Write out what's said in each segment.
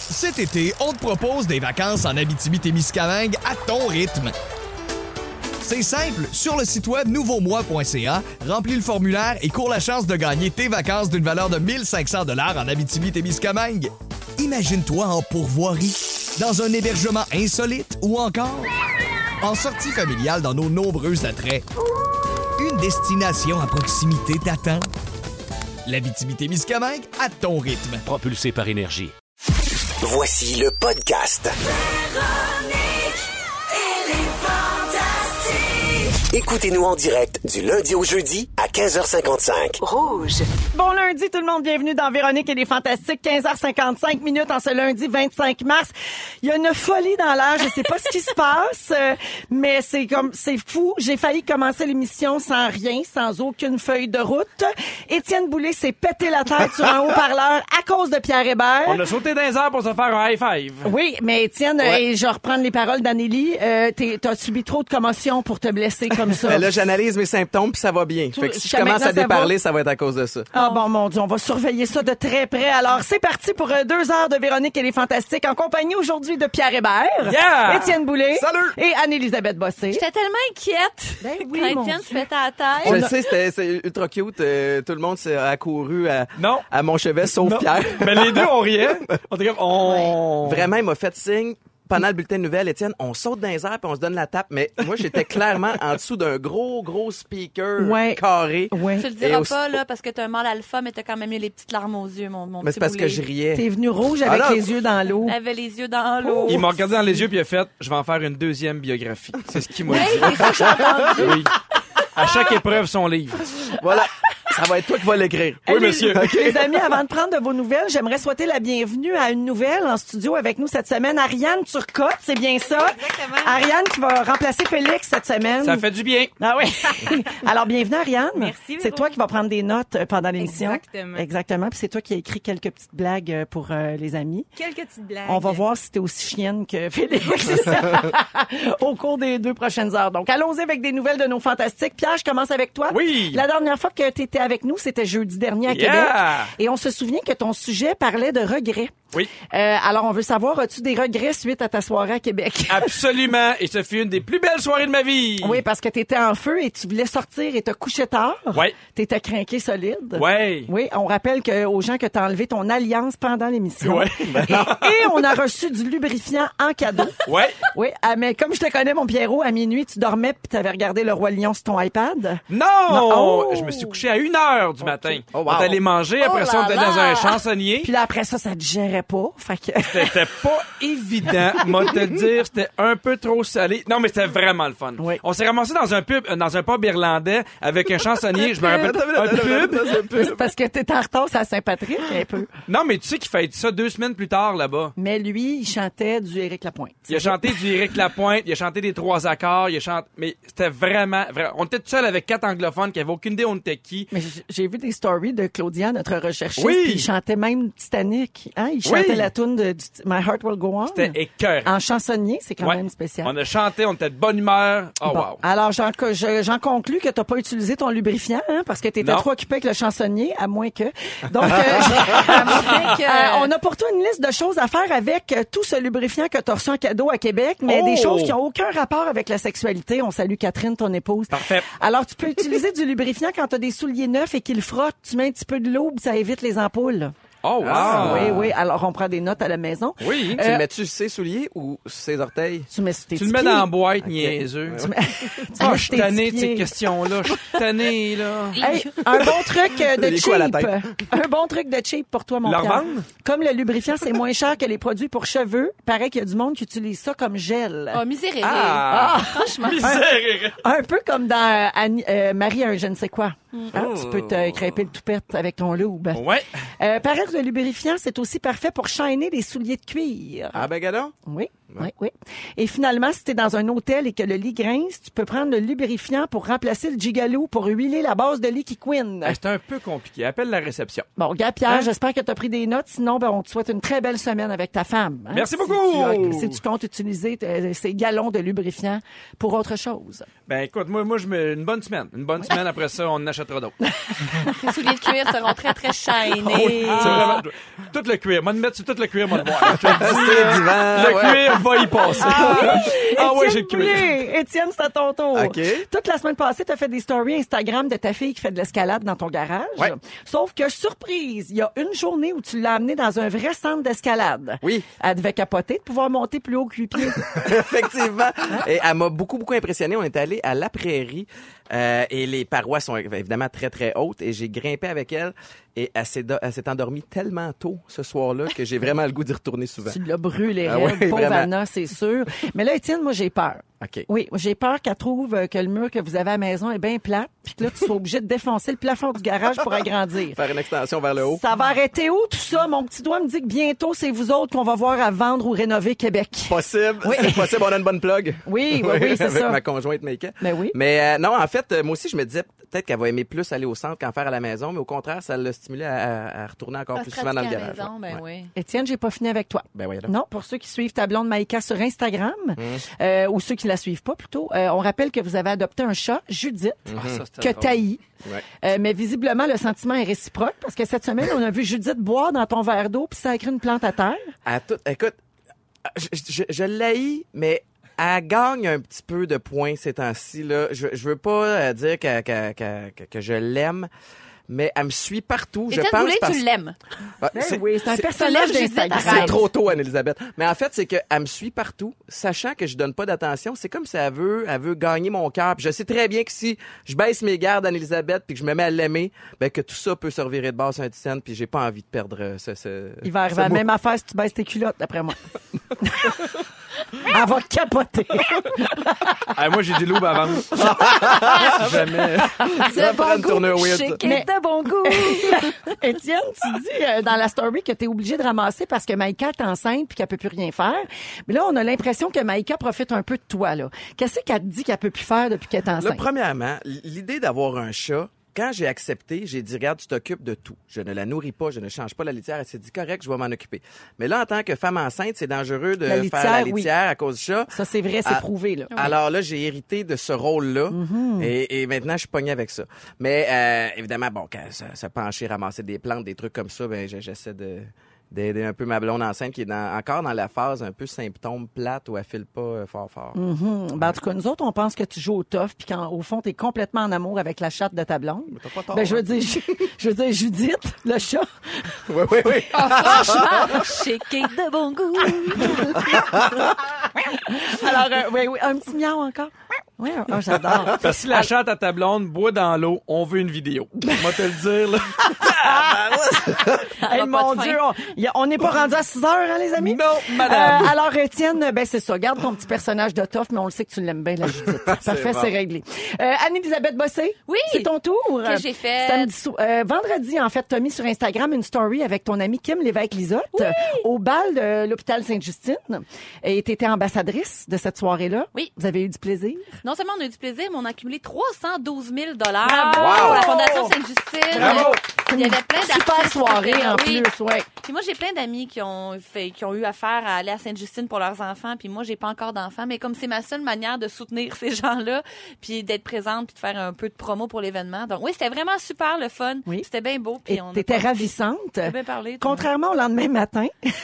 Cet été, on te propose des vacances en Abitibi-Témiscamingue à ton rythme. C'est simple, sur le site web nouveaumois.ca, remplis le formulaire et cours la chance de gagner tes vacances d'une valeur de 1 500 $ en Abitibi-Témiscamingue. Imagine-toi en pourvoirie, dans un hébergement insolite ou encore en sortie familiale dans nos nombreux attraits. Une destination à proximité t'attend. L'Abitibi-Témiscamingue à ton rythme. Propulsé par Énergie. Voici le podcast. Écoutez-nous en direct du lundi au jeudi à 15h55. Rouge. Bon lundi tout le monde, bienvenue dans Véronique et les Fantastiques, 15h55 minutes en ce lundi 25 mars. Il y a une folie dans l'air, je sais pas ce qui se passe, mais c'est fou. J'ai failli commencer l'émission sans rien, sans aucune feuille de route. Étienne Boulay s'est pété la tête sur un haut-parleur à cause de Pierre Hébert. On a sauté dans les airs pour se faire un high five. Oui, mais Étienne, et je reprends les paroles d'Anneli, t'as subi trop de commotion pour te blesser comme ça. Ben là, j'analyse mes symptômes puis ça va bien. Fait que si je commence à déparler, ça va être à cause de ça. Ah bon, mon Dieu, on va surveiller ça de très près. Alors, c'est parti pour 2 heures de Véronique et les Fantastiques en compagnie aujourd'hui de Pierre Hébert, Étienne Boulay et Anne-Élisabeth Bossé. J'étais tellement inquiète. Ben oui, quand mon Étienne Dieu. se pétait à la tête. Je le sais, c'est ultra cute. Tout le monde s'est accouru à mon chevet, sauf Non. Pierre. Mais les deux, on riait. On était comme, Vraiment, il m'a fait signe. Pendant le bulletin de nouvelles, Étienne, on saute dans les airs puis on se donne la tape. Mais moi, j'étais clairement en dessous d'un gros speaker carré. Ouais. Tu le Et diras aussi- pas, là, parce que t'as un mâle alpha, mais t'as quand même eu les petites larmes aux yeux, mon Mais petit c'est parce que Boulay. je riais. T'es venu rouge avec Alors- les yeux dans l'eau. Il avait les yeux dans l'eau. il m'a regardé dans les yeux puis il a fait, je vais en faire une deuxième biographie. C'est ce qu'il m'a Oui, dit. c'est ça que j'ai entendu. Oui. À chaque épreuve, son livre. Voilà. Ça va être toi qui vas l'écrire. Oui, monsieur. Les amis, avant de prendre de vos nouvelles, j'aimerais souhaiter la bienvenue à une nouvelle en studio avec nous cette semaine. Ariane Turcotte, c'est bien ça? Exactement. Ariane qui va remplacer Félix cette semaine. Ça fait du bien. Ah oui. Alors, bienvenue, Ariane. Merci, C'est Véro. toi qui vas prendre des notes pendant l'émission. Exactement. Exactement. Puis c'est toi qui as écrit quelques petites blagues pour les amis. Quelques petites blagues. On va voir si t'es aussi chienne que Félix au cours des 2 prochaines heures. Donc, allons-y avec des nouvelles de nos fantastiques. Pierre, je commence avec toi. Oui. La dernière fois que tu étais avec nous, c'était jeudi dernier à Yeah. Québec. Et on se souvient que ton sujet parlait de regrets. Oui. Alors, on veut savoir, as-tu des regrets suite à ta soirée à Québec? Absolument. Et ce fut une des plus belles soirées de ma vie. Oui, parce que t'étais en feu et tu voulais sortir et te coucher tard. Ouais. T'étais craqué solide. Ouais. Oui, on rappelle aux gens que t'as enlevé ton alliance pendant l'émission. Ouais. Et on a reçu du lubrifiant en cadeau. Ouais. Oui, mais comme je te connais, mon Pierrot, à minuit, tu dormais puis t'avais regardé Le Roi Lion sur ton iPad. Non! Oh! Je me suis couché à 1h du matin. Oh, wow. On est allé manger, après Oh ça, on là était dans là! un chansonnier. Puis là, après ça te gérait pas. Fait que... C'était pas évident, moi te dire, c'était un peu trop salé. Non, mais c'était vraiment le fun. Oui. On s'est ramassé dans un pub irlandais avec un chansonnier, je me rappelle. Un pub? C'est parce que t'étais en retard, c'est à Saint-Patrick, un peu. Non, mais tu sais qu'il fait ça 2 semaines plus tard là-bas. Mais lui, il chantait du Éric Lapointe. Il a chanté du Éric Lapointe, il a chanté des 3 accords, il a chanté, mais c'était vraiment. On était tout seul avec 4 anglophones qui avaient aucune idée on était qui. Mais j'ai vu des stories de Claudia, notre recherchiste, Oui. puis il chantait même Titanic. Hein? Il chantait Oui. la toune de My Heart Will Go On. C'était écœurant. En chansonnier, c'est quand Ouais. même spécial. On a chanté, on était de bonne humeur. Oh Bon. wow. Alors, j'en conclus que t'as pas utilisé ton lubrifiant, hein, parce que t'étais Non. trop occupé avec le chansonnier, à moins que. Donc, on a pour toi une liste de choses à faire avec tout ce lubrifiant que t'as reçu en cadeau à Québec, mais Oh! des choses qui ont aucun rapport avec la sexualité. On salue Catherine, ton épouse. Parfait. Alors, tu peux utiliser du lubrifiant quand t'as des souliers neufs et qu'ils frottent. Tu mets un petit peu de l'eau, ça évite les ampoules. Oh wow. Oui, oui. Alors, on prend des notes à la maison. Oui. Tu le mets-tu ses souliers ou ses orteils? Tu mets sur tes Tu le petits mets dans la pieds. boîte, niaiseux. Tu Ah, mets je sur suis tes tanné petits de ces pieds. questions-là. Je suis tanné, là. Hey, un bon truc de Les coups à la cheap. tête. Un bon truc de cheap pour toi, mon Leur Pierre. vendre? Comme le lubrifiant, c'est moins cher que les produits pour cheveux. Paraît qu'il y a du monde qui utilise ça comme gel. Oh, miséréré. Ah. Franchement. Misère. Un peu comme dans Marie, un je ne sais quoi. Hein, tu peux te crêper le toupette avec ton lube. Ouais. Paraît que le lubrifiant, c'est aussi parfait pour chaîner des souliers de cuir. Ah ben gadon. Oui. Oui, oui. Et finalement, si tu es dans un hôtel et que le lit grince, tu peux prendre le lubrifiant pour remplacer le Gigalo pour huiler la base de lit qui couine. C'est un peu compliqué. Appelle la réception. Bon, regarde, Pierre, j'espère que tu as pris des notes. Sinon, on te souhaite une très belle semaine avec ta femme. Hein? Merci beaucoup! Si tu comptes utiliser ces gallons de lubrifiant pour autre chose. Ben écoute, moi je mets une bonne semaine. Une bonne semaine, après ça, on en achètera d'autres. Tes souliers de cuir seront très, très shiny. C'est vraiment... Tout le cuir. Moi, de mettre sur tout le cuir, moi, de voir. Je te le dis, C'est divan. le cuir va y passer. Ouais, j'ai le cuir. Poulet. Étienne, c'est à ton tour. OK. Toute la semaine passée, tu as fait des stories Instagram de ta fille qui fait de l'escalade dans ton garage. Ouais. Sauf que, surprise, il y a une journée où tu l'as amenée dans un vrai centre d'escalade. Oui. Elle devait capoter de pouvoir monter plus haut que 8 pieds. Effectivement. Et elle m'a beaucoup impressionné. On est allé à La Prairie et les parois sont évidemment très, très hautes et j'ai grimpé avec elle et elle s'est endormie tellement tôt ce soir-là que j'ai vraiment le goût d'y retourner souvent. Tu l'as brûlé, Ah raide, ouais, pauvre vraiment. Anna, c'est sûr. Mais là, Étienne, moi, j'ai peur. OK. Oui, j'ai peur qu'elle trouve que le mur que vous avez à la maison est bien plate, puis que là, tu sois obligé de défoncer le plafond du garage pour agrandir. Faire une extension vers le haut. Ça va arrêter où, tout ça? Mon petit doigt me dit que bientôt, c'est vous autres qu'on va voir à vendre ou rénover Québec. Possible. Oui. C'est possible. On a une bonne plug. Oui, c'est avec ça. ma conjointe Maïka. Ben oui. Mais non, en fait, moi aussi, je me disais peut-être qu'elle va aimer plus aller au centre qu'en faire à la maison, mais au contraire, ça l'a stimulé à retourner encore plus souvent dans le garage. Ben Ouais. oui. Étienne, j'ai pas fini avec toi. Ben oui, là. Non, pour ceux qui suivent ta blonde Maïka sur Instagram, ou ceux qui la suivent pas plutôt, on rappelle que vous avez adopté un chat, Judith, Ça, c'était que drôle. t'haïs. Ouais. Mais visiblement, le sentiment est réciproque parce que cette semaine, on a vu Judith boire dans ton verre d'eau puis sacrer une plante à terre. Écoute, je l'haïs, mais elle gagne un petit peu de points ces temps-ci. Là. Je veux pas dire que je l'aime, mais elle me suit partout. Étienne je pense Boulay, parce... tu l'aimes. Ouais, Oui, c'est un personnage Judith, d'Instagram. C'est arrête. trop tôt, Anne-Elisabeth. Mais en fait, c'est qu'elle me suit partout, sachant que je donne pas d'attention. C'est comme si elle veut gagner mon cœur. Puis je sais très bien que si je baisse mes gardes, Anne-Elisabeth, puis que je me mets à l'aimer, ben que tout ça peut se revirer de base sur un Étienne, puis j'ai pas envie de perdre ce Il va arriver à la même affaire si tu baisses tes culottes, d'après moi. Elle va capoter. Moi, j'ai des loups à vendre. Jamais. Ça prend une tournure weird, ça. Chic et Mais- de bon goût. Étienne, tu dis dans la story que tu es obligé de ramasser parce que Maïka est enceinte puis qu'elle peut plus rien faire. Mais là, on a l'impression que Maïka profite un peu de toi, là. Qu'est-ce qu'elle te dit qu'elle peut plus faire depuis qu'elle est Là, enceinte? premièrement, l'idée d'avoir un chat, quand j'ai accepté, j'ai dit, regarde, tu t'occupes de tout. Je ne la nourris pas, je ne change pas la litière. Elle s'est dit, correct, je vais m'en occuper. Mais là, en tant que femme enceinte, c'est dangereux de La faire la litière, oui. litière à cause du chat. Ça, c'est vrai, c'est Ah, prouvé, là. Alors là, j'ai hérité de ce rôle-là et maintenant, je suis pogné avec ça. Mais évidemment, bon, quand se pencher, ramasser des plantes, des trucs comme ça, ben j'essaie d'aider un peu ma blonde enceinte qui est encore dans la phase un peu symptôme plate où elle file pas fort. Ben, en tout cas, nous autres, on pense que tu joues au tough puis qu'au fond, tu es complètement en amour avec la chatte de ta blonde. T'as pas tort, Ben, je veux hein. dire, Judith, le chat. Oui. Franchement, chic et de bon goût. Alors, oui, un petit miau encore. Oui, j'adore. Parce que si la chatte à ta blonde boit dans l'eau, on veut une vidéo. Moi, te le dire, là. Hey, pas mon de fin. Dieu, on n'est pas rendu à 6 heures, hein, les amis? Non, madame. Alors, Étienne, ben c'est ça. Garde ton petit personnage de tough, mais on le sait que tu l'aimes bien, la Judith. Parfait, bon. c'est réglé. Anne-Elisabeth Bossé? Oui. C'est ton tour. Que j'ai fait. Vendredi, en fait, tu as mis sur Instagram une story avec ton amie Kim Lévesque-Lisotte au bal de l'hôpital Sainte-Justine. Et tu étais ambassadrice de cette soirée-là. Oui. Vous avez eu du plaisir? Non seulement on a eu du plaisir, mais on a accumulé 312 000 pour Bravo! la Fondation Sainte-Justine. Bravo! Il y avait plein d'artistes. Super soirée, en Oui. plus, ouais. Puis moi, j'ai plein d'amis qui ont eu affaire à aller à Sainte-Justine pour leurs enfants. Puis moi, j'ai pas encore d'enfants. Mais comme c'est ma seule manière de soutenir ces gens-là, puis d'être présente, puis de faire un peu de promo pour l'événement. Donc oui, c'était vraiment super le fun. Oui. C'était bien beau. Puis Et on a t'étais profité. ravissante. On a bien parlé. tout le monde. Contrairement au lendemain matin,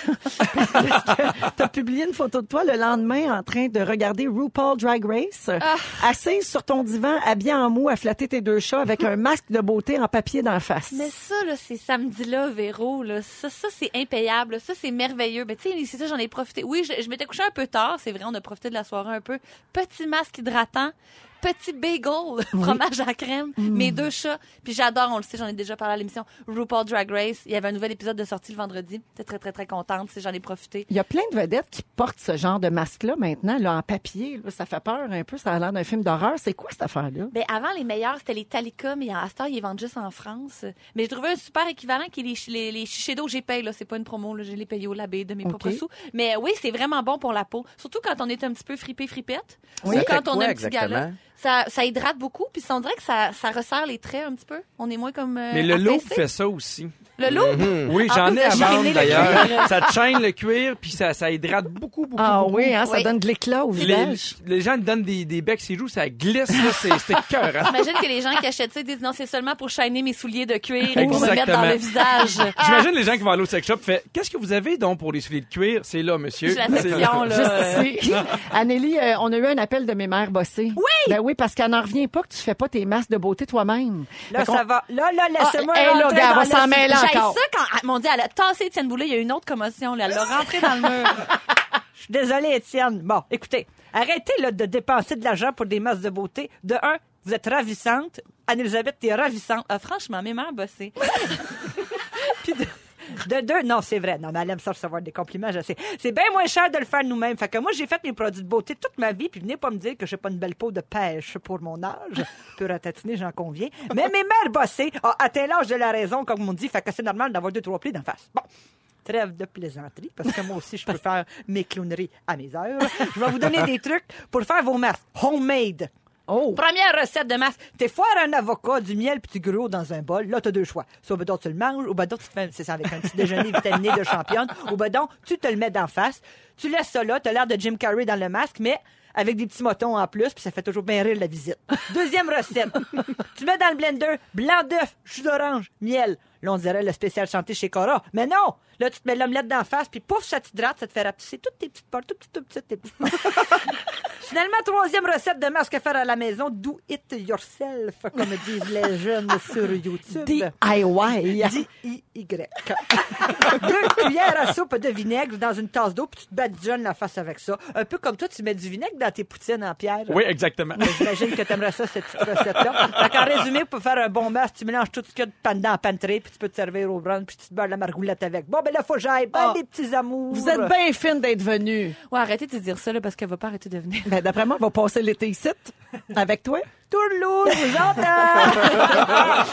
tu as publié une photo de toi le lendemain en train de regarder RuPaul Drag Race, assise sur ton divan, habillée en mou, à flatter tes deux chats avec un masque de beauté en papier d'en face. Mais ça, là, ces samedis-là, Véro, là, ça c'est impayable. Ça, c'est merveilleux. Ben, tu sais, c'est ça, j'en ai profité. Oui, je m'étais couchée un peu tard. C'est vrai, on a profité de la soirée un peu. Petit masque hydratant. petit bagel, fromage à crème, mes 2 chats. Puis j'adore, on le sait, j'en ai déjà parlé à l'émission, RuPaul Drag Race. Il y avait un nouvel épisode de sortie le vendredi. J'étais très, très, très contente. J'en ai profité. Il y a plein de vedettes qui portent ce genre de masque-là maintenant, là, en papier. Là, ça fait peur un peu. Ça a l'air d'un film d'horreur. C'est quoi cette affaire-là? Ben, avant, les meilleurs, c'était les Talika, mais à cette heure, ils les vendent juste en France. Mais j'ai trouvé un super équivalent qui est les Shiseido. J'ai payé, là. C'est pas une promo, là. Je les paye au labé de mes propres sous. Mais oui, c'est vraiment bon pour la peau. Surtout quand on est un petit peu fripette. Oui. Quand on a un exactement? petit gala. Ça hydrate beaucoup, puis on dirait que ça resserre les traits un petit peu. On est moins comme Mais le loup affaissé. fait ça aussi. Le loup? Oui, En j'en plus ai à de chaîner vendre le d'ailleurs. cuir. Ça te chaîne le cuir, puis ça hydrate beaucoup. Ah oui, hein, ça Oui. donne de l'éclat au Puis visage. les gens te donnent des becs sur les joues, ça glisse, là, c'est cœur. Hein? J'imagine que les gens qui achètent ça disent non, c'est seulement pour shiner mes souliers de cuir et pour me mettre Exactement. dans le visage. J'imagine les gens qui vont aller au sex shop fait qu'est-ce que vous avez donc pour les souliers de cuir? C'est là, monsieur. C'est la section, là. Juste ici. Anneli, on a eu un appel de mes mères bossées. Oui! Ben oui, parce qu'elle n'en revient pas que tu fais pas tes masques de beauté toi-même. Là, Fait qu'on- ça va. Là, laissez-moi hey, là, rentrer gars, elle dans va le s'en mêler sujet. J'ai encore. ça quand, mon Dieu, elle a tassé Étienne Boulay, il y a eu une autre commotion, là. Elle l'a rentré dans le mur. Je suis désolée, Étienne. Bon, écoutez, arrêtez là, de dépenser de l'argent pour des masques de beauté. De un, vous êtes ravissante. Anne-Elisabeth, t'es ravissante. Franchement, mes mères bossées. Puis de deux, non, c'est vrai. Non, mais elle aime ça recevoir des compliments, je sais. C'est bien moins cher de le faire nous-mêmes. Fait que moi, j'ai fait mes produits de beauté toute ma vie, puis venez pas me dire que j'ai pas une belle peau de pêche pour mon âge. Peu ratatiner, j'en conviens. Mais mes mères bossées ont atteint l'âge de la raison, comme on dit, fait que c'est normal d'avoir 2-3 plis d'en face. Bon. Trêve de plaisanterie, parce que moi aussi, je peux faire mes clowneries à mes heures. Je vais vous donner des trucs pour faire vos masques homemade. Oh! Première recette de masque. T'es foire un avocat, du miel puis du gruau dans un bol. Là, t'as 2 choix. Soit ben donc tu le manges, ou ben donc tu te fais, c'est ça, avec un petit déjeuner vitaminé de championne, ou ben donc tu te le mets d'en face. Tu laisses ça là, t'as l'air de Jim Carrey dans le masque, mais avec des petits motons en plus, puis ça fait toujours bien rire la visite. Deuxième recette. Tu mets dans le blender blanc d'œuf, jus d'orange, miel. Là, on dirait le spécial chanté chez Cora. Mais non! Là, tu te mets l'omelette d'en face, puis pouf, ça t'hydrate, ça te fait rapetisser toutes tes petites parts, tout petites, tes petites parts. Finalement, troisième recette de masque à faire à la maison, do it yourself, comme disent les jeunes sur YouTube. DIY. D-I-Y. 2 cuillères à soupe de vinaigre dans une tasse d'eau, puis tu te badigeonnes la face avec ça. Un peu comme toi, tu mets du vinaigre dans tes poutines en pierre. Oui, exactement. J'imagine que t'aimerais ça, cette petite recette-là. Fait qu'en résumé, pour faire un bon masque, tu mélanges tout ce qu'il y a de pan dans la pantry, puis tu peux te servir au brunch, puis tu te beurres la margoulette avec. Bon, ben là, faut que j'aille. Ben, les petits amours. Vous êtes bien fine d'être venue. Ouais, arrêtez de dire ça, là, parce qu'elle va pas arrêter de venir. Ben, d'après moi, on va passer l'été ici avec toi. Tourlou, je vous entends.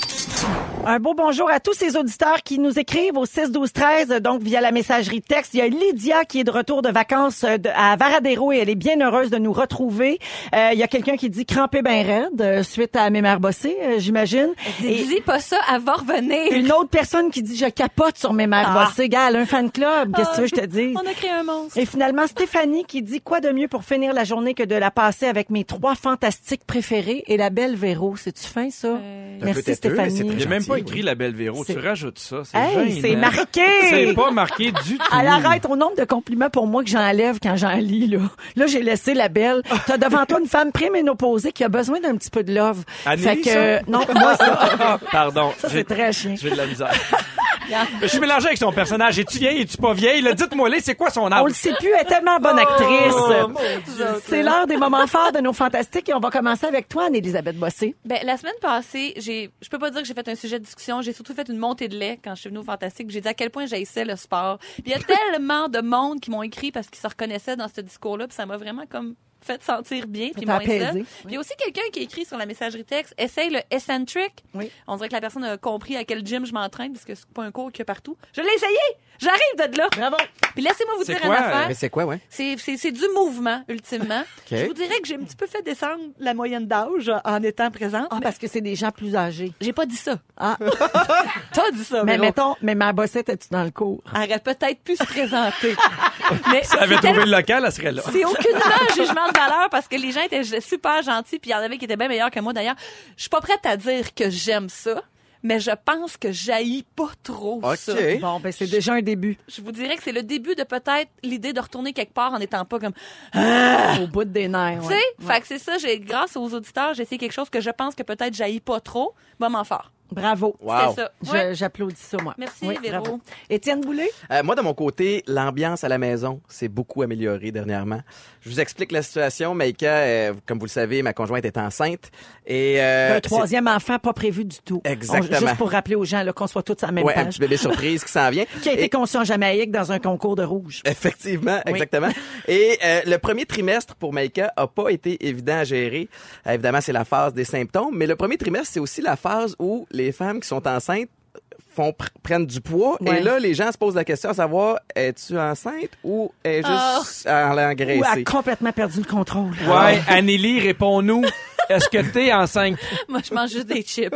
Un beau bonjour à tous ces auditeurs qui nous écrivent au 6-12-13, donc via la messagerie texte. Il y a Lydia qui est de retour de vacances à Varadero et elle est bien heureuse de nous retrouver. Il y a quelqu'un qui dit crampé ben raide suite à mes mères bossées, j'imagine. Et Dis pas ça, elle va revenir. une autre personne qui dit je capote sur mes mères bossées. Gars, elle a un fan club. Qu'est-ce que tu veux que je te dise? On a créé un monstre. Et finalement, Stéphanie qui dit quoi de mieux pour finir la journée que de la passer avec mes 3 fantastiques préférés et la belle Véro. C'est-tu fin, ça? Un peu Merci, têteux, mais c'est Stéphanie. très J'ai même gentil, pas oui. écrit la belle Véro. Tu C'est- rajoutes ça. C'est Hey, gênant. c'est marqué! C'est pas marqué du tout. Elle arrête au nombre de compliments pour moi que j'enlève quand j'en lis, là. Là, j'ai laissé la belle. T'as devant toi une femme préménopausée qui a besoin d'un petit peu de love. Anneli, fait que, non, moi, ça, Pardon. ça c'est très chien. J'ai de la misère. Je suis mélangé avec son personnage. Es-tu vieille? Es-tu pas vieille? Là, dites-moi, c'est quoi son âge? On le sait plus, elle est tellement bonne actrice. C'est l'heure des moments forts de nos fantastiques et on va commencer avec toi, Anne-Élisabeth Bossé. Ben, la semaine passée, je peux pas dire que j'ai fait un sujet de discussion, j'ai surtout fait une montée de lait quand je suis venue au Fantastique. J'ai dit à quel point j'haïssais le sport. Puis il y a tellement de monde qui m'ont écrit parce qu'ils se reconnaissaient dans ce discours-là, puis ça m'a vraiment comme fait sentir bien, puis t'a moins apaisé. seule. Puis il y a aussi quelqu'un qui a écrit sur la messagerie texte, essaye le eccentric. Oui. On dirait que la personne a compris à quel gym je m'entraîne, parce que c'est pas un cours qu'il y a partout. Je l'ai essayé! J'arrive de là! Bravo. Puis laissez-moi vous C'est dire quoi, une affaire. Mais c'est quoi, ouais? C'est du mouvement, ultimement. Je vous dirais que j'ai un petit peu fait descendre la moyenne d'âge en étant présente. Ah, mais parce que c'est des gens plus âgés. j'ai pas dit ça. Ah. T'as dit ça, Mais Véro. mettons, mais ma bossette, es-tu dans le cours? Elle aurait peut-être pu se présenter. Mais Si elle avait trouvé le local, elle serait là. c'est aucunement un jugement de valeur parce que les gens étaient super gentils puis il y en avait qui étaient bien meilleurs que moi d'ailleurs. Je suis pas prête à dire que j'aime ça, mais je pense que j'haïs pas trop ça. OK. Bon, ben, c'est déjà un début. Je vous dirais que c'est le début de peut-être l'idée de retourner quelque part en n'étant pas comme Au bout des nerfs. tu sais, fait que c'est ça, grâce aux auditeurs, j'ai essayé quelque chose que je pense que peut-être j'haïs pas trop, moment fort. Bravo. Wow. C'est ça. Ouais. J'applaudis ça, moi. Merci, Oui, Véro. bravo. Étienne Boulay? Moi, de mon côté, l'ambiance à la maison s'est beaucoup améliorée dernièrement. Je vous explique la situation. Maïka, comme vous le savez, ma conjointe est enceinte. Et, Un troisième enfant pas prévu du tout. Exactement. Juste pour rappeler aux gens là, qu'on soit tous à la même Ouais, un page. petit bébé surprise qui s'en vient. Qui a été Et- conçu en Jamaïque dans un concours de rouge. Effectivement, exactement. Et le premier trimestre pour Maïka a pas été évident à gérer. Évidemment, c'est la phase des symptômes, mais le premier trimestre, c'est aussi la phase où les femmes qui sont enceintes prennent du poids. Ouais. Et là, les gens se posent la question à savoir, es-tu enceinte ou est juste en Ou l'engraisser? a complètement perdu le contrôle. Ouais, Anneli, réponds-nous. Est-ce que t'es enceinte? Moi, je mange juste des chips.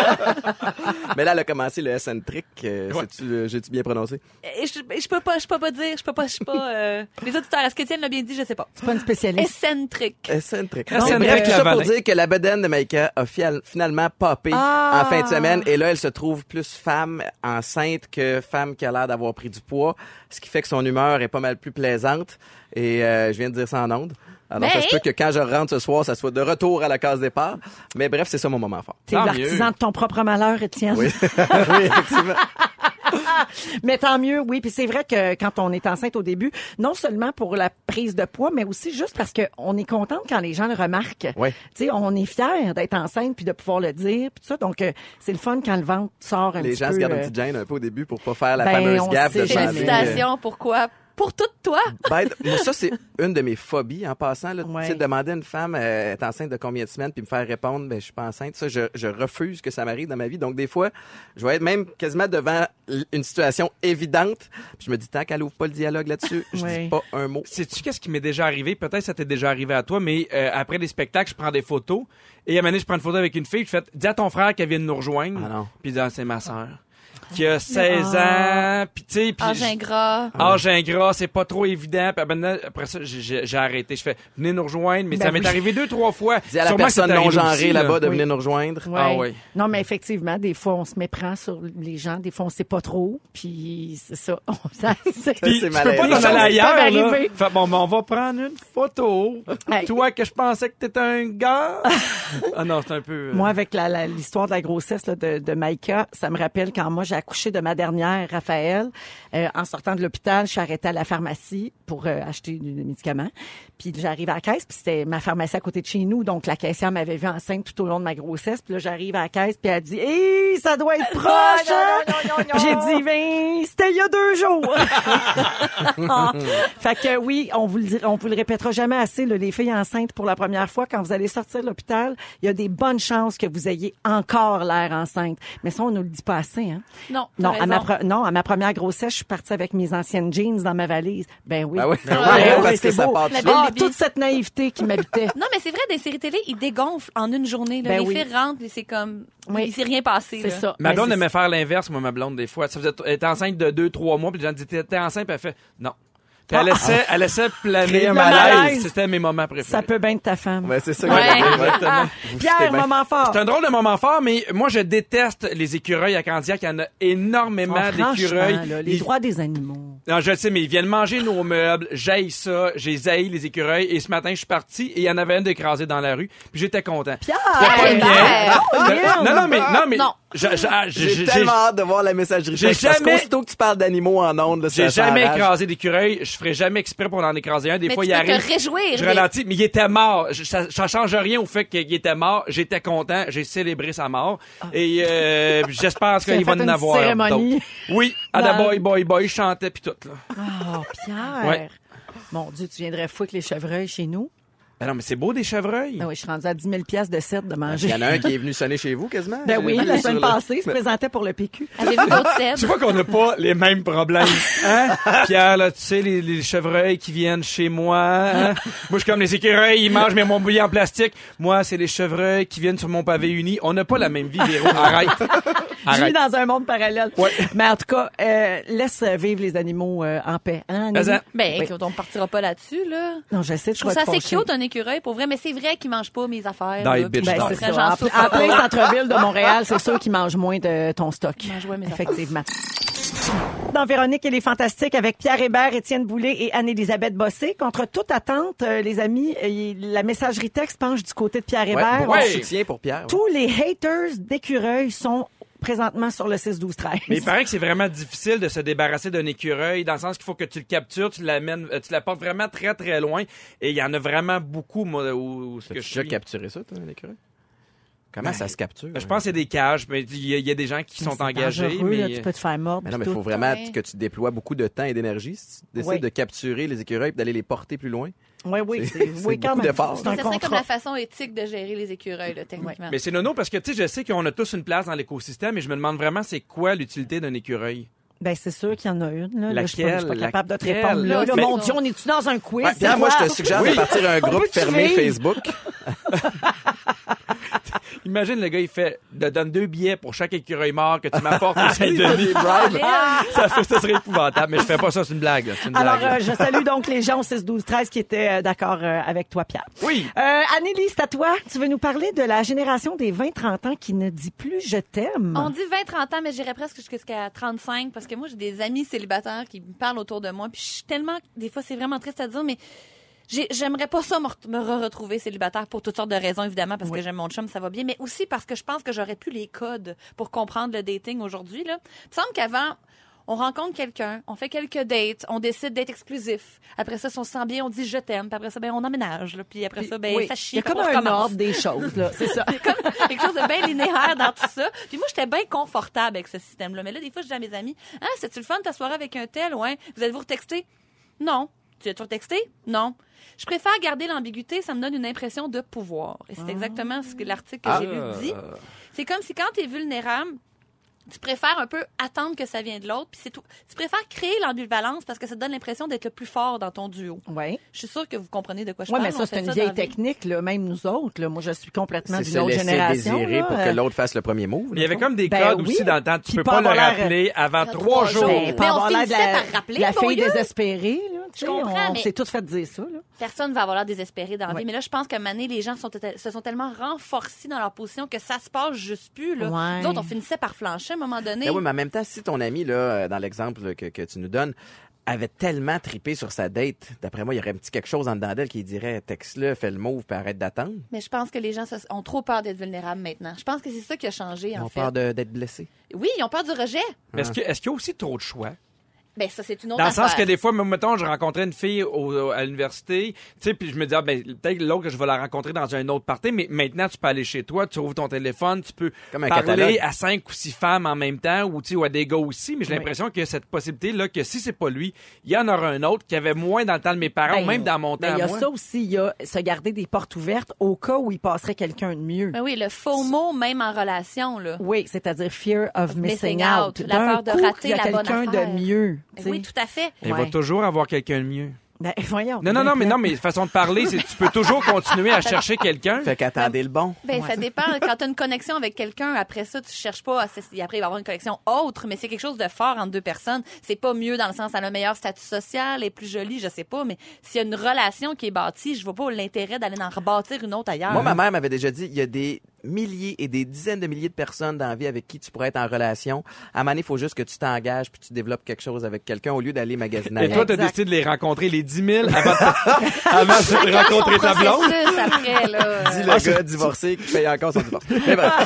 Mais là, elle a commencé le SN-Trick. J'ai-tu bien prononcé? Et je peux pas dire, je peux pas, les auditeurs, est-ce qu'Étienne l'a bien dit? Je sais pas. C'est pas une spécialiste. Excentrique. SN-Trick. SN-Trick, Bref, tout ça pour Lavalin. dire que la bedaine de Maïka a finalement popé en fin de semaine. Et là, elle se trouve plus femme enceinte que femme qui a l'air d'avoir pris du poids. Ce qui fait que son humeur est pas mal plus plaisante. Et je viens de dire ça en ondes. Alors, ça se peut que quand je rentre ce soir, ça soit de retour à la case départ. Mais bref, c'est ça mon moment fort. T'es Tant l'artisan mieux. de ton propre malheur, Étienne. Oui, oui, effectivement. Mais tant mieux, oui. Puis c'est vrai que quand on est enceinte au début, non seulement pour la prise de poids, mais aussi juste parce qu'on est contente quand les gens le remarquent. Oui. Tu sais, on est fiers d'être enceinte puis de pouvoir le dire puis tout ça. Donc c'est le fun quand le ventre sort un Les petit gens peu. se gardent une petite gêne un peu au début pour pas faire la Ben, fameuse on gaffe de sait penser. jamais. Félicitations. Pourquoi? Pour toute toi. Moi, ça, c'est une de mes phobies en passant. Là, Ouais. Tu sais, demander à une femme est enceinte de combien de semaines puis me faire répondre je suis pas enceinte. Ça, je refuse que ça m'arrive dans ma vie. Donc, des fois, je vais être même quasiment devant une situation évidente. Puis je me dis, tant qu'elle ouvre pas le dialogue là-dessus, je Ouais. dis pas un mot. Sais-tu qu'est-ce qui m'est déjà arrivé? Peut-être ça t'est déjà arrivé à toi, mais après des spectacles, je prends des photos. Et à un moment donné, je prends une photo avec une fille. Je fais, dis à ton frère qu'elle vient de nous rejoindre. Ah non. Puis c'est ma sœur. Qui a 16 ans. Puis tu sais, puis Âge ingrat. âge ingrat, c'est pas trop évident. Puis maintenant, après ça, j'ai arrêté. Je fais, venez nous rejoindre. Mais Ben ça m'est oui. arrivé 2-3 fois. Dis à la Sûrement que personne c'est arrivé non-genrée aussi, là-bas de Oui. venir nous rejoindre. Ouais. Ah oui. Non, mais effectivement, des fois, on se méprend sur les gens. Des fois, on sait pas trop. Puis c'est ça. Puis C'est tu peux malaisant. pas Les t'en aller choses ailleurs, peuvent là. arriver. Fait, bon, on va prendre une photo. Hey. Toi, que je pensais que t'étais un gars. Ah non, c'est un peu... Moi, avec l'histoire de la grossesse là, de Maïka, ça me rappelle quand moi, j'ai accouché de ma dernière, Raphaël. En sortant de l'hôpital, je suis arrêtée à la pharmacie pour acheter des médicaments. Puis j'arrive à la caisse, puis c'était ma pharmacie à côté de chez nous. Donc, la caissière m'avait vue enceinte tout au long de ma grossesse. Puis là, j'arrive à la caisse, puis elle dit « Hé, ça doit être proche! hein? J'ai dit « Ben, c'était il y a 2 jours! » Fait que oui, on vous le répétera jamais assez, là, les filles enceintes pour la première fois, quand vous allez sortir de l'hôpital, il y a des bonnes chances que vous ayez encore l'air enceinte. Mais ça, on nous le dit pas assez, hein? Non. Non, t'as raison. à ma première grossesse, je suis partie avec mes anciennes jeans dans ma valise. Ben oui. Ah oui, Ben parce oui, que c'est ça beau. part La dessus. belle Ah, Bibi. toute cette naïveté qui m'habitait. Non, mais c'est vrai, des séries télé, ils dégonflent en une journée. Là. Ben les oui. filles rentrent, puis c'est comme... Oui. Il s'est rien passé. C'est là. ça. Ma Ben, blonde c'est aimait faire l'inverse, moi, ma blonde, des fois. Ça faisait, elle était enceinte de 2-3 mois, puis les gens disaient, t'es enceinte, puis elle fait, non. Puis elle laissait planer Créer un un malaise. malaise. C'était mes moments préférés. Ça peut bien être ta femme. Ouais, c'est ça. Ouais. Exactement. Vous Pierre, fitez bien. moment fort. C'est un drôle de moment fort, mais moi, je déteste les écureuils à Candiac. Il y en a énormément Franchement, d'écureuils. là, les Ils- droits des animaux. Non, je le sais, mais ils viennent manger nos meubles. J'haïs ça. J'ai zaï les écureuils. Et ce matin, je suis parti et il y en avait un d'écrasé dans la rue. Puis j'étais content. Pierre! C'était pas le Pierre! mien. Non, mais... Non. J'ai tellement hâte de voir la messagerie j'ai texte, parce jamais- qu'aussitôt que tu parles d'animaux en ondes, là, J'ai ça jamais enrage. écrasé d'écureuil. Je ferai jamais exprès pour en écraser un. Des Mais fois, tu il peux te arrive. réjouir. Je ralentis, mais il était mort. Ça change rien au fait qu'il était mort. J'étais content. J'ai célébré sa mort. Et j'espère Tu as qu'il va fait en une avoir cérémonie. d'autres. Oui, à la Dans- boy, boy, boy, je chantais puis tout. Là. Oh, Pierre! Ouais. Mon Dieu, tu viendrais fou avec les chevreuils chez nous? Ben non, mais c'est beau des chevreuils. Ben oui, je suis rendue à 10 000 piastres de cèdre de Il manger. y en a un qui est venu sonner chez vous quasiment. Ben oui, J'ai vu la sur semaine le- passée, il se présentait pour le PQ. Avez-vous d'autres Tu cèdres? vois qu'on n'a pas les mêmes problèmes. Hein? Pierre, là, tu sais, les chevreuils qui viennent chez moi. Hein? Moi, je suis comme les écureuils, ils mangent mes mobilier en plastique. Moi, c'est les chevreuils qui viennent sur mon pavé uni. On n'a pas la même vie, Véro. Arrête. Je vis Arrête. dans un monde parallèle. Ouais. Mais en tout cas, laisse vivre les animaux en paix. Hein, Anneli? Mais Ben, Oui. écoute, on partira pas là-dessus, là. Non, je sais, Je trouve ça assez cute, un écureuil, pour vrai, mais c'est vrai qu'ils mangent pas mes affaires. Die, là. bitch, Puis Ben, die. c'est après, ça. j'en En, souffre en pas. plein centre-ville de Montréal, c'est sûr qu'ils mangent moins de ton stock. Ils mangent moins mes affaires. Effectivement. Dans Véronique et les Fantastiques avec Pierre Hébert, Étienne Boulay et Anne-Élisabeth Bossé. Contre toute attente, les amis, la messagerie texte penche du côté de Pierre Ouais, Hébert. beaucoup de Ouais. soutien pour Pierre. Tous les haters d'écureuils sont présentement sur le 6-12-13. Mais il paraît que c'est vraiment difficile de se débarrasser d'un écureuil, dans le sens qu'il faut que tu le captures, tu l'amènes, tu l'apportes vraiment très, très loin. Et il y en a vraiment beaucoup, moi, où ce que je Tu as suis. capturé ça, toi, un écureuil? Comment ça se capture? Je pense que c'est des cages, mais il y a des gens qui sont C'est engagés. dangereux, là, Mais tu peux te faire mordre. Mais non, mais puis il faut tout. vraiment Ouais. que tu déploies beaucoup de temps et d'énergie si tu décides Oui. de capturer les écureuils et d'aller les porter plus loin. Oui, C'est- c'est oui, quand beaucoup même. d'efforts. C'est un Ça serait comme contrat. la façon éthique de gérer les écureuils, là, techniquement. Mais c'est nono parce que, tu sais, je sais qu'on a tous une place dans l'écosystème et je me demande vraiment c'est quoi l'utilité d'un écureuil. Ben, c'est sûr qu'il y en a une. Là. Là, je suis pas capable de te Laquelle? répondre. Là, Là, mon c'est Dieu, ça. on est-tu dans un quiz? Ouais, C'est Pierre, moi, quoi? je te suggère de partir un groupe peut-tu fermé vivre? Facebook. Imagine, le gars, il fait, donne 2 billets pour chaque écureuil mort que tu m'apportes au Saint-Denis. Ça serait épouvantable, mais je fais pas ça, c'est une blague. là. C'est une Alors, blague. je salue donc les gens au 6-12-13 qui étaient d'accord avec toi, Pierre. Oui. Anneli, c'est à toi. Tu veux nous parler de la génération des 20-30 ans qui ne dit plus « je t'aime ». On dit 20-30 ans, mais j'irais presque jusqu'à 35 parce que moi, j'ai des amis célibataires qui me parlent autour de moi. Puis je suis tellement... Des fois, c'est vraiment triste à dire, mais j'aimerais pas ça me retrouver célibataire pour toutes sortes de raisons, évidemment, parce que j'aime mon chum, ça va bien, mais aussi parce que je pense que j'aurais plus les codes pour comprendre le dating aujourd'hui. Là. Il me semble qu'avant... On rencontre quelqu'un, on fait quelques dates, on décide d'être exclusif. Après ça, si on se sent bien, on dit « je t'aime ». Puis après ça, ben on emménage. Là. Puis après ça, ben Oui. ça Il chie. y a Puis comme on un recommence. ordre des choses, là. C'est ça. Il y a comme quelque chose de bien linéaire dans tout ça. Puis moi, j'étais bien confortable avec ce système-là. Mais là, des fois, je dis à mes amis, « Ah, c'est-tu le fun de t'asseoir avec un tel? Ouais. Vous êtes-vous retexté? » Non. Tu as toujours texté? Non. Je préfère garder l'ambiguïté, ça me donne une impression de pouvoir. Et c'est exactement ce que l'article que j'ai lu dit. C'est comme si quand tu es vulnérable, tu préfères un peu attendre que ça vienne de l'autre, puis c'est tout. Tu préfères créer l'ambivalence parce que ça te donne l'impression d'être le plus fort dans ton duo. Oui. Je suis sûre que vous comprenez de quoi je Oui, parle. mais ça, On c'est fait une dans vieille la vie. technique, là. Même nous autres, là. Moi, je suis complètement C'est d'une se autre laisser génération. désirer là. pour que l'autre fasse le premier move. Il y avait comme des Ben codes oui. aussi dans le temps. Tu Puis peux pas pas le avoir l'air- rappeler avant 3 3 jours. jours. Ben, pas Mais on avoir l'air de finissait par rappeler, la bon fille Dieu. désespérée, là. Tu sais, comprends, on mais- s'est toutes fait dire ça, là. Personne va avoir l'air désespéré dans la Oui. vie. Mais là, je pense qu'à un moment donné, les gens se sont tellement renforcés dans leur position que ça se passe juste plus. Là. Ouais. Nous autres, on finissait par flancher à un moment donné. Ben oui, mais en même temps, si ton ami, là, dans l'exemple là, que tu nous donnes, avait tellement trippé sur sa date, d'après moi, il y aurait un petit quelque chose en dedans d'elle qui dirait texte-le, fais le move, puis arrête d'attendre. Mais je pense que les gens ont trop peur d'être vulnérables maintenant. Je pense que c'est ça qui a changé, Ils en ont fait. peur d'être blessés. Oui, ils ont peur du rejet. Mais est-ce qu'il y a aussi trop de choix? Ben ça, c'est une autre Dans le sens affaire. que des fois, mettons, je rencontrais une fille à l'université, tu sais, puis je me disais, ah, ben, peut-être l'autre, je vais la rencontrer dans un autre party, mais maintenant, tu peux aller chez toi, tu ouvres ton téléphone, tu peux Comme un parler catalogue. à 5 ou 6 femmes en même temps, ou, tu sais, ou à des gars aussi, mais j'ai Oui. l'impression qu'il y a cette possibilité-là que si c'est pas lui, il y en aura un autre qui avait moins dans le temps de mes parents, Ben, ou même dans mon temps ben, il y à a moi. ça aussi, il y a se garder des portes ouvertes au cas où il passerait quelqu'un de mieux. Ben oui, le faux mot, même en relation, là. Oui, c'est-à-dire fear of missing Missing out. out, la D'un peur de coup, rater il y a la bonne quelqu'un de affaire. mieux. Ben tu sais. oui, tout à fait. Il va Ouais. toujours avoir quelqu'un de mieux. Ben, voyons. Non, mais façon de parler, c'est tu peux toujours continuer à chercher quelqu'un. Fait qu'attendez le bon. Ben, ça dépend. Quand tu as une connexion avec quelqu'un, après ça, tu cherches pas. Après, il va y avoir une connexion autre, mais c'est quelque chose de fort entre deux personnes. C'est pas mieux dans le sens, elle a un meilleur statut social, elle est plus jolie, je sais pas, mais s'il y a une relation qui est bâtie, je vois pas l'intérêt d'aller en rebâtir une autre ailleurs. Moi, ma mère m'avait déjà dit, il y a des milliers et des dizaines de milliers de personnes dans la vie avec qui tu pourrais être en relation. À un moment donné, il faut juste que tu t'engages puis tu développes quelque chose avec quelqu'un au lieu d'aller magasiner. Et toi, t'as Exact. décidé de les rencontrer, les 10 000, avant de rencontrer ta blonde. Processus après, là. Dis le gars divorcé qui paye encore son divorce. Mais bref.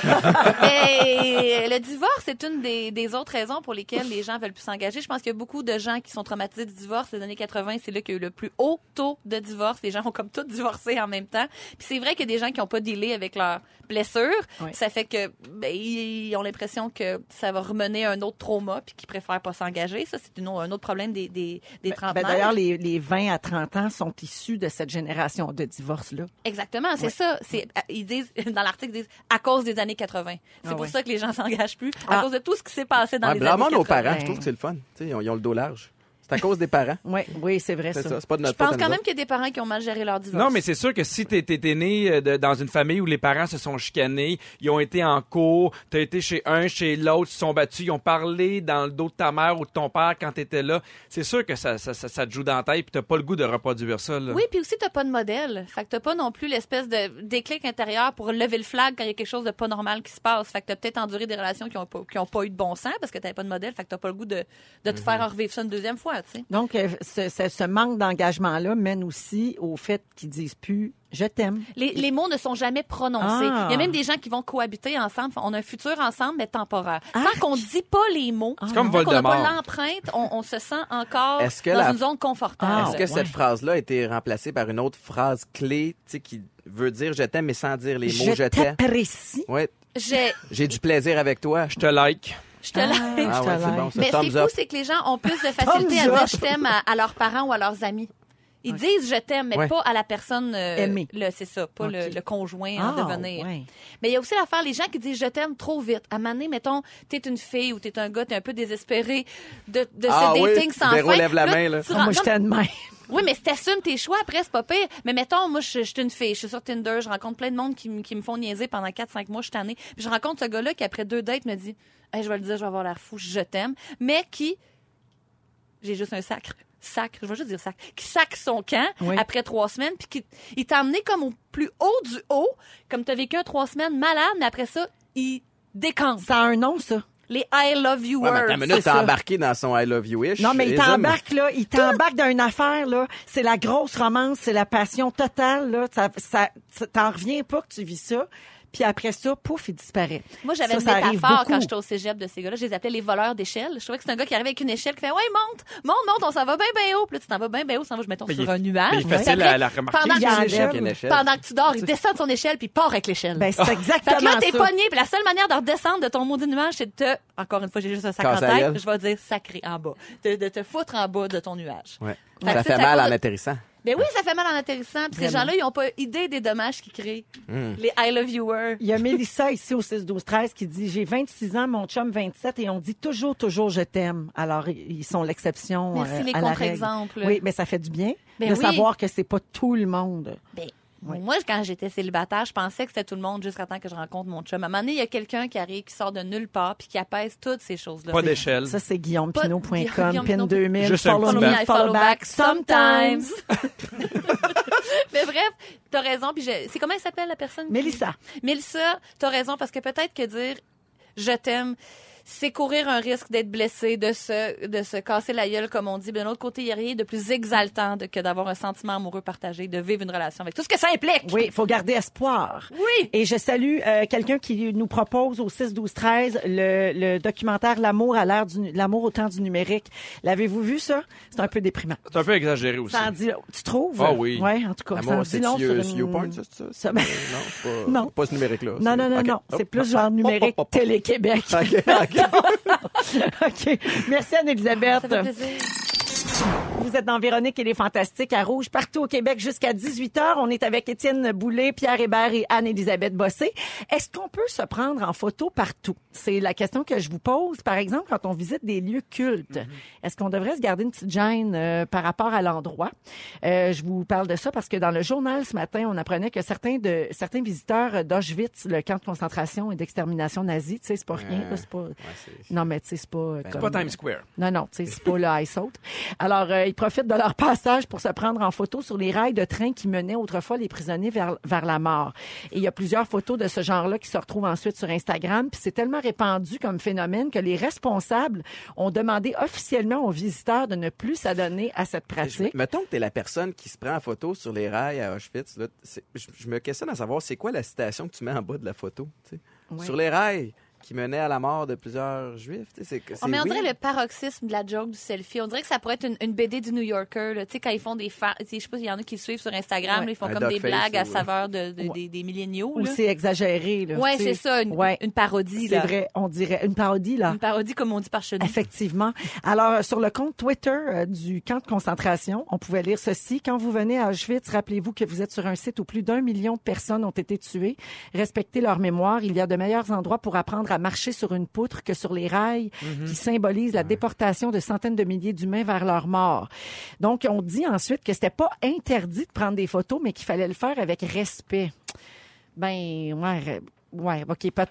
Mais le divorce, c'est une des autres raisons pour lesquelles les gens veulent plus s'engager. Je pense qu'il y a beaucoup de gens qui sont traumatisés du divorce. Les années 80, c'est là qu'il y a eu le plus haut taux de divorce. Les gens ont comme tous divorcé en même temps. Puis c'est vrai qu'il y a des gens qui n'ont pas dealé avec leurs blessures. Oui. Ça fait que ils ont l'impression que ça va remener un autre trauma puis qu'ils préfèrent pas s'engager. Ça, c'est un autre problème des trentenaires. D'ailleurs, les 20 à 30 ans sont issus de cette génération de divorce-là. Exactement, c'est ça. Ils disent, dans l'article, ils disent à cause des années 80. C'est Ah pour ouais. ça que les gens s'engagent plus, à Ah. cause de tout ce qui s'est passé dans Ouais, les blâmons années nos 80. parents, je trouve que c'est le fun. Tu sais, ils ont le dos large. C'est à cause des parents. Oui, c'est vrai, C'est ça. ça, c'est pas de Je notre pense faute à quand nous même autres. qu'il y a des parents qui ont mal géré leur divorce. Non, mais c'est sûr que si t'es né dans une famille où les parents se sont chicanés, ils ont été en cours, t'as été chez un, chez l'autre, ils se sont battus, ils ont parlé dans le dos de ta mère ou de ton père quand t'étais là, c'est sûr que ça te joue dans la tête puis t'as pas le goût de reproduire ça, là. Oui, puis aussi, t'as pas de modèle. Fait que t'as pas non plus l'espèce de déclic intérieur pour lever le flag quand il y a quelque chose de pas normal qui se passe. Fait que t'as peut-être enduré des relations qui ont pas eu de bon sens parce que t'avais pas de modèle. Fait que t'as pas le goût de te faire revivre ça une deuxième fois, tu sais. Donc, ce manque d'engagement-là mène aussi au fait qu'ils disent plus « Je t'aime. Les mots ne sont jamais prononcés. Ah. Il y a même des gens qui vont cohabiter ensemble. On a un futur ensemble, mais temporaire. Tant qu'on dit pas les mots, C'est comme tant qu'on n'a Voldemort. pas l'empreinte, on se sent encore Est-ce que dans une zone confortable. Est-ce que cette phrase-là a été remplacée par une autre phrase clé, tu sais, qui veut dire je t'aime, mais sans dire les mots je t'aime? t'apprécie. Ouais. J'ai- J'ai du plaisir avec toi. Je te like. Je te like. Ah ouais, c'est bon, ça. Mais ce qui Thumbs est fou, up. c'est que les gens ont plus de facilité à Thumbs dire up. je t'aime à leurs parents ou à leurs amis. Ils disent je t'aime, mais Ouais. pas à la personne Aimée. C'est ça, pas Ok. le conjoint en devenir. ouais. Mais il y a aussi l'affaire, les gens qui disent je t'aime trop vite. À un moment donné, mettons, t'es une fille ou t'es un gars, t'es un peu désespéré de Ah ce oui, dating sans Véro fin. lève la Là, main, là. tu Moi, rencontres- j'étais de même. Oui, mais si t'assumes tes choix, après, c'est pas pire. Mais mettons, moi, je suis une fille, je suis sur Tinder, je rencontre plein de monde qui me font niaiser pendant 4-5 mois, je suis tannée. Puis je rencontre ce gars-là qui, après 2 dates, me dit hey, je vais le dire, je vais avoir l'air fou, je t'aime. Mais qui, j'ai juste un sacre, je vais juste dire sacre, qui sac son camp Oui. après 3 semaines, puis il t'a emmené comme au plus haut du haut, comme t'as vécu un 3 semaines malade, mais après ça, il décante. Ça a un nom, ça. Les I love you Ouais, mais words. attends une minute, c'est t'as ça. embarqué dans son I love you-ish. Non, mais il Les hommes- t'embarque, là. Il t'embarque dans une affaire, là. C'est la grosse romance, c'est la passion totale, là. T'en reviens pas que tu vis ça. Puis après ça, pouf, il disparaît. Moi, j'avais Ça, une ça arrive métaphore beaucoup. quand j'étais au cégep de ces gars-là. Je les appelais les voleurs d'échelle. Je trouvais que c'est un gars qui arrive avec une échelle qui fait « Ouais, monte, on s'en va bien haut. » Puis là, tu t'en vas bien haut, tu t'en vas, je mettons, Mais sur il est- un nuage. mais il est Puis facile après, à la remarquer. Pendant Il y a que, un tu, Échelle, il y a une échelle. pendant que tu dors, il descend de son échelle puis il part avec l'échelle. Ben, c'est Fait exactement que là, t'es ça. pogné, puis la seule manière de redescendre de ton maudit nuage, c'est de te, encore une fois, j'ai juste un sac en Casse la tête, gueule. je vais dire sacré en bas. De te foutre en bas de ton nuage. Ouais. Fait que Ça c'est fait à mal cause en de- atterrissant. Ben oui, ça fait mal en atterrissant. Puis ces Vraiment. gens-là, ils ont pas idée des dommages qu'ils créent. Les I love you words. Il y a Mélissa ici au 6-12-13 qui dit « J'ai 26 ans, mon chum 27 et on dit toujours je t'aime. » Alors, ils sont l'exception Merci les à la règle. contre-exemples. Oui, mais ça fait du bien Ben de oui. savoir que c'est pas tout le monde. Ben, moi, quand j'étais célibataire, je pensais que c'était tout le monde jusqu'à temps que je rencontre mon chum. À un moment donné, il y a quelqu'un qui arrive, qui sort de nulle part, puis qui apaise toutes ces choses-là. Pas d'échelle. Ça, c'est guillaumepinot.com, Guillaume pin Pinot. 2000, Juste un follow petit me, back. follow back, sometimes. Mais bref, t'as raison. Puis c'est comment elle s'appelle la personne? Mélissa. Mélissa, t'as raison, parce que peut-être que dire je t'aime, c'est courir un risque d'être blessé, de se casser la gueule, comme on dit. Mais d'un autre côté, il n'y a rien de plus exaltant que d'avoir un sentiment amoureux partagé, de vivre une relation avec tout ce que ça implique. Oui, il faut garder espoir. Oui. Et je salue quelqu'un qui nous propose au 6-12-13 le documentaire L'amour à l'ère l'amour au temps du numérique. L'avez-vous vu, ça? C'est un peu déprimant. C'est un peu exagéré aussi. Ça en dit, tu trouves? Ah oui. Oui, en tout cas. ça en L'amour, dit c'est long sur YouPorn, ça, c'est ça? Ça- Non, c'est pas... Non. Pas ce numérique-là. Non, non, non, Ok. non. C'est Hop. plus genre numérique Hop. Télé-Québec. OK, OK. OK. Merci Anne-Élisabeth. Ça fait plaisir. Vous êtes dans Véronique et les Fantastiques à Rouge, partout au Québec jusqu'à 18h. On est avec Étienne Boulay, Pierre Hébert et Anne-Élisabeth Bossé. Est-ce qu'on peut se prendre en photo partout? C'est la question que je vous pose. Par exemple, quand on visite des lieux cultes, est-ce qu'on devrait se garder une petite gêne par rapport à l'endroit? Je vous parle de ça parce que dans le journal ce matin, on apprenait que certains visiteurs d'Auschwitz, le camp de concentration et d'extermination nazie, tu sais, c'est pas rien, là, c'est pas... Non, mais tu sais, c'est pas... C'est comme- pas Times Square. Non, non, tu sais, c'est pas le ice out. Alors, ils profitent de leur passage pour se prendre en photo sur les rails de train qui menaient autrefois les prisonniers vers la mort. Et il y a plusieurs photos de ce genre-là qui se retrouvent ensuite sur Instagram. Puis c'est tellement répandu comme phénomène que les responsables ont demandé officiellement aux visiteurs de ne plus s'adonner à cette pratique. Mettons que t'es la personne qui se prend en photo sur les rails à Auschwitz. Là, je me questionne à savoir c'est quoi la citation que tu mets en bas de la photo. Tu sais? Ouais. Sur les rails qui menaient à la mort de plusieurs Juifs. Tu sais, c'est Mais on dirait weird. le paroxysme de la joke du selfie. On dirait que ça pourrait être une BD du New Yorker. Là. Tu sais, quand ils font des... Je sais pas s'il y en a qui le suivent sur Instagram. Ouais. Là, ils font Un comme des dogface, blagues à ou- saveur Ouais. des milléniaux. Ou Là. c'est exagéré. Là, Ouais, tu sais. c'est ça, Ouais. une parodie. C'est Là. vrai, on dirait. Une parodie, là. Une parodie, comme on dit par chez nous. Effectivement. Alors, sur le compte Twitter du camp de concentration, on pouvait lire ceci. Quand vous venez à Auschwitz, rappelez-vous que vous êtes sur un site où plus d'1 million de personnes ont été tuées. Respectez leur mémoire. Il y a de meilleurs endroits pour apprendre à marcher sur une poutre que sur les rails qui symbolisent la déportation de centaines de milliers d'humains vers leur mort. Donc, on dit ensuite que c'était pas interdit de prendre des photos, mais qu'il fallait le faire avec respect. Ben, ouais, OK,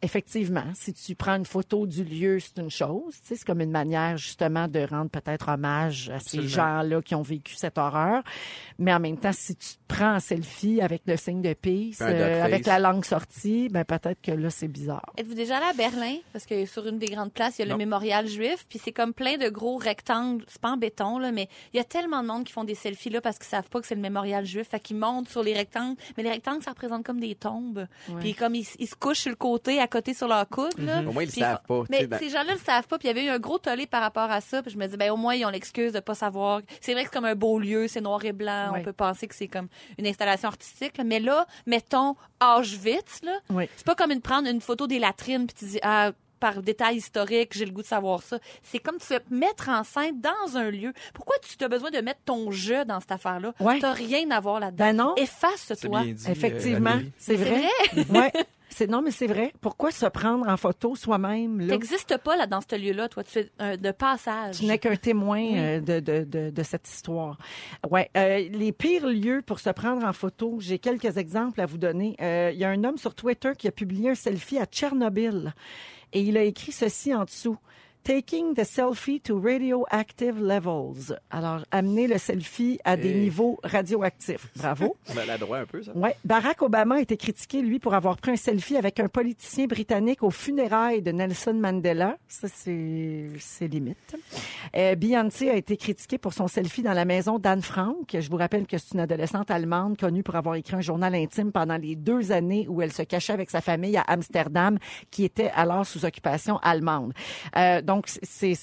effectivement, si tu prends une photo du lieu, c'est une chose. Tu sais, c'est comme une manière, justement, de rendre peut-être hommage à ces gens-là qui ont vécu cette horreur. Mais en même temps, si tu te prends en selfie avec le signe de peace, avec la langue sortie, ben peut-être que là, c'est bizarre. Êtes-vous déjà allé à Berlin? Parce que sur une des grandes places, il y a le mémorial juif, puis c'est comme plein de gros rectangles. C'est pas en béton, là, mais il y a tellement de monde qui font des selfies là parce qu'ils savent pas que c'est le mémorial juif. Fait qu'ils montent sur les rectangles. Mais les rectangles, ça représente comme des tombes. Ouais. Puis comme ils se couchent sur le côté, à côté sur leur coude, là. Au moins, ils le Puis savent pas. Mais tu sais, ces gens-là le savent pas. Puis il y avait eu un gros tollé par rapport à ça. Puis je me dis, ben au moins, ils ont l'excuse de pas savoir. C'est vrai que c'est comme un beau lieu, c'est noir et blanc. Ouais. On peut penser que c'est comme une installation artistique. Là. Mais là, mettons Auschwitz, là. Oui. C'est pas comme prendre une photo des latrines puis tu dis, par détail historique, j'ai le goût de savoir ça. C'est comme tu te mettre en scène dans un lieu. Pourquoi tu as besoin de mettre ton jeu dans cette affaire-là? Ouais. T'as rien à voir là-dedans. Ben non. Efface-toi. C'est bien dit, Effectivement, Valérie. c'est vrai. Ouais. Non, mais c'est vrai. Pourquoi se prendre en photo soi-même, là? T'existes pas là dans ce lieu-là, toi. Tu es de passage. Tu n'es qu'un témoin de cette histoire. Ouais, les pires lieux pour se prendre en photo, j'ai quelques exemples à vous donner. Il y a un homme sur Twitter qui a publié un selfie à Tchernobyl et il a écrit ceci en dessous. Taking the selfie to radioactive levels. Alors, amener le selfie à des niveaux radioactifs. Bravo. maladroit un peu, ça. Ouais. Barack Obama a été critiqué, lui, pour avoir pris un selfie avec un politicien britannique aux funérailles de Nelson Mandela. Ça, c'est limite. Beyoncé a été critiquée pour son selfie dans la maison d'Anne Frank. Je vous rappelle que c'est une adolescente allemande connue pour avoir écrit un journal intime pendant les 2 années où elle se cachait avec sa famille à Amsterdam, qui était alors sous occupation allemande. Donc, c'est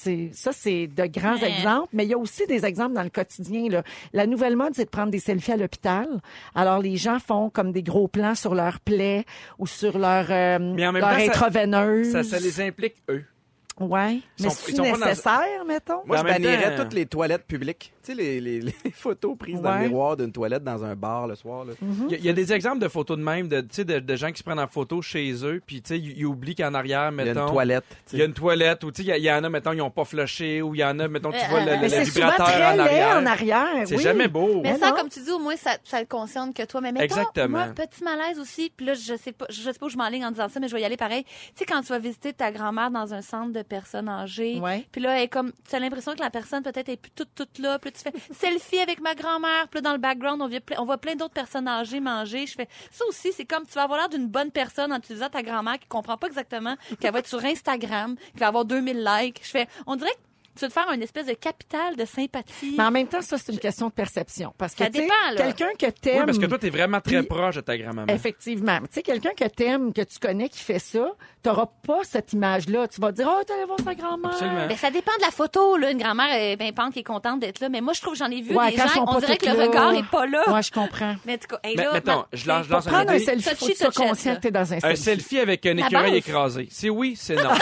de grands exemples, mais il y a aussi des exemples dans le quotidien, là. La nouvelle mode, c'est de prendre des selfies à l'hôpital. Alors, les gens font comme des gros plans sur leurs plaies ou sur leur Mais en même leur temps, intraveineuse. Ça les implique, eux. Ouais, mais Ils c'est sont pas dans- nécessaire, mettons? Moi, je En même bannirais temps- toutes les toilettes publiques. Tu sais, les photos prises dans Ouais. le miroir d'une toilette dans un bar le soir. Là. Il y a des exemples de photos de même, de gens qui se prennent en photo chez eux, puis tu sais, ils oublient qu'en arrière, Il y a mettons... une toilette. tu sais. Il y a une toilette, ou tu sais, il y en a, mettons, ils n'ont pas flushé, ou il y en a, mettons, tu vois le Mais c'est souvent vibrateur très en laid arrière. en arrière, C'est oui. jamais beau. Mais Mais ça, non. comme tu dis, au moins, ça le concerne que toi. Mais mettons, Exactement. moi, petit malaise aussi, puis là, je sais pas où je m'enligne en disant ça, mais je vais y aller pareil. Tu sais, quand tu vas visiter ta grand-mère dans un centre de personnes âgées, Ouais. puis là, elle est comme, tu as l'impression que la personne peut-être est plus toute là, puis là, tu fais selfie avec ma grand-mère, puis là, dans le background, on voit plein d'autres personnes âgées manger. Je fais, ça aussi, c'est comme, tu vas avoir l'air d'une bonne personne en utilisant ta grand-mère qui comprend pas exactement qu'elle va être sur Instagram, qui va avoir 2000 likes. Je fais, on dirait que tu vas te faire une espèce de capital de sympathie. Mais en même temps, ça, c'est une question de perception. Parce que, Ça tu sais, dépend, là. quelqu'un que t'aimes... Oui, parce que toi, t'es vraiment très Puis- proche de ta grand-maman. Effectivement. Tu sais, quelqu'un que t'aimes, que tu connais, qui fait ça, t'auras pas cette image-là. Tu vas dire, oh, t'allais voir sa grand-mère. Absolument. Ben, ça dépend de la photo, là. Une grand-mère est pimpante qui est contente d'être là. Mais moi, je trouve que j'en ai vu Ouais, des quand gens, sont on pas dirait que toutes le là. regard est pas là. Ouais, je comprends. Mais en tout cas, hey, Mais, là, mettons, je lance une Prendre un idée. selfie, faut que tu sois Touchy, conscient que t'es dans un Un selfie. selfie avec un La écureuil base. écrasé. C'est oui, c'est non.